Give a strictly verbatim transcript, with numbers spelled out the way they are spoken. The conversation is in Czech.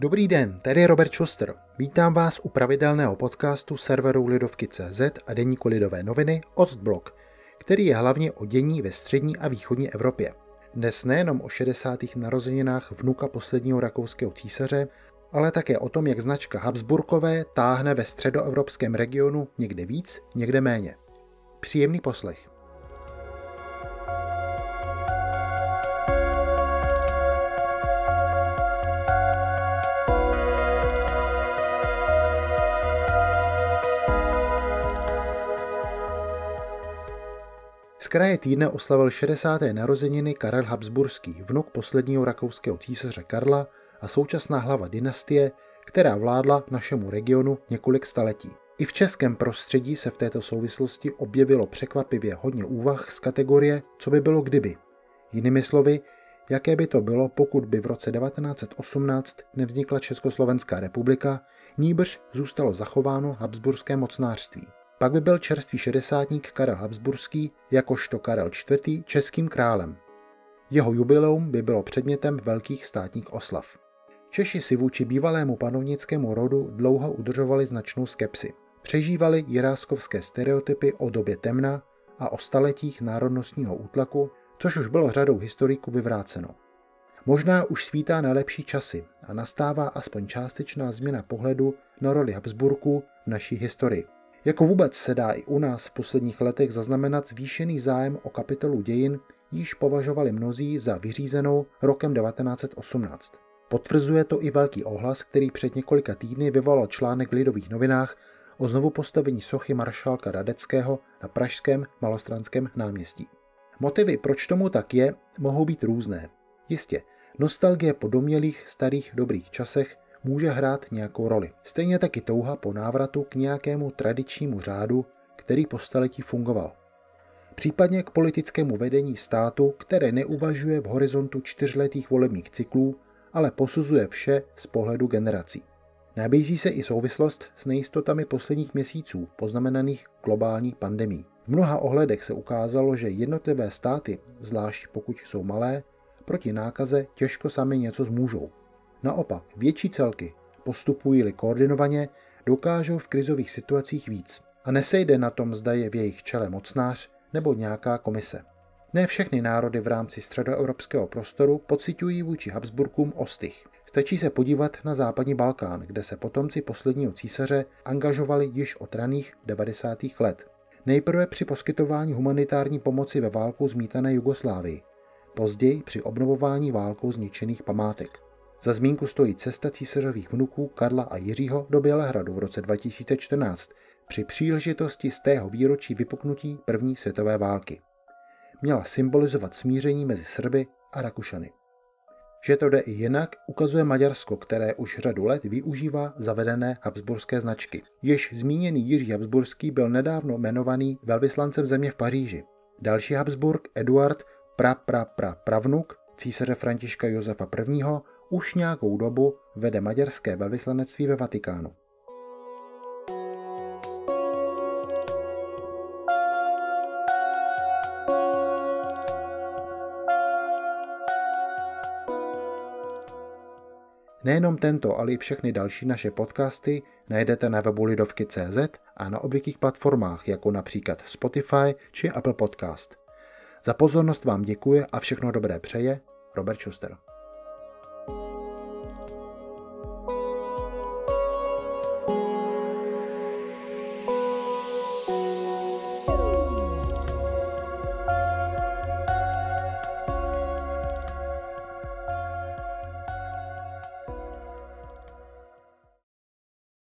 Dobrý den, tady je Robert Schuster. Vítám vás u pravidelného podcastu serveru Lidovky tečka cé zet a deníku Lidové noviny Ostblok, který je hlavně o dění ve střední a východní Evropě. Dnes nejenom o šedesátých narozeninách vnuka posledního rakouského císaře, ale také o tom, jak značka Habsburkové táhne ve středoevropském regionu někde víc, někde méně. Příjemný poslech. Z kraje týdne oslavil šedesáté narozeniny Karel Habsburský, vnuk posledního rakouského císaře Karla a současná hlava dynastie, která vládla našemu regionu několik staletí. I v českém prostředí se v této souvislosti objevilo překvapivě hodně úvah z kategorie co by bylo kdyby. Jinými slovy, jaké by to bylo, pokud by v roce devatenáct set osmnáct nevznikla Československá republika, nýbrž zůstalo zachováno habsburské mocnářství. Pak by byl čerstvý šedesátník Karel Habsburský jakožto Karel čtvrtý českým králem. Jeho jubileum by bylo předmětem velkých státních oslav. Češi si vůči bývalému panovnickému rodu dlouho udržovali značnou skepsi. Přežívali jiráskovské stereotypy o době temna a o staletích národnostního útlaku, což už bylo řadou historiků vyvráceno. Možná už svítá na lepší časy a nastává aspoň částečná změna pohledu na roli Habsburků v naší historii. Jako vůbec se dá i u nás v posledních letech zaznamenat zvýšený zájem o kapitolu dějin, již považovali mnozí za vyřízenou rokem devatenáct set osmnáct. Potvrzuje to i velký ohlas, který před několika týdny vyvolal článek v Lidových novinách o znovu postavení sochy maršálka Radeckého na pražském Malostranském náměstí. Motivy, proč tomu tak je, mohou být různé. Jistě, nostalgie po domnělých starých dobrých časech může hrát nějakou roli. Stejně taky touha po návratu k nějakému tradičnímu řádu, který po staletí fungoval. Případně k politickému vedení státu, které neuvažuje v horizontu čtyřletých volebních cyklů, ale posuzuje vše z pohledu generací. Nabízí se i souvislost s nejistotami posledních měsíců, poznamenaných globální pandemií. V mnoha ohledech se ukázalo, že jednotlivé státy, zvlášť pokud jsou malé, proti nákaze těžko sami něco zmůžou. Naopak, větší celky, postupují-li koordinovaně, dokážou v krizových situacích víc. A nesejde na tom, zda je v jejich čele mocnář nebo nějaká komise. Ne všechny národy v rámci středoevropského prostoru pociťují vůči Habsburkům ostych. Stačí se podívat na západní Balkán, kde se potomci posledního císaře angažovali již od raných devadesátých let. Nejprve při poskytování humanitární pomoci ve válkou zmítané Jugoslávii, později při obnovování válkou zničených památek. Za zmínku stojí cesta císařových vnuků Karla a Jiřího do Bělehradu v roce dva tisíce čtrnáct při příležitosti stého výročí vypuknutí první světové války. Měla symbolizovat smíření mezi Srby a Rakušany. Že to jde i jinak, ukazuje Maďarsko, které už řadu let využívá zavedené habsburské značky. Již zmíněný Jiří Habsburský byl nedávno jmenovaný velvyslancem země v Paříži. Další Habsburk, Eduard, pra pra pra pravnuk císaře Františka Josefa prvního, už nějakou dobu vede maďarské velvyslanectví ve Vatikánu. Nejenom tento, ale i všechny další naše podcasty najdete na webu Lidovky tečka cé zet a na obvyklých platformách, jako například Spotify či Apple Podcast. Za pozornost vám děkuje a všechno dobré přeje Robert Schuster.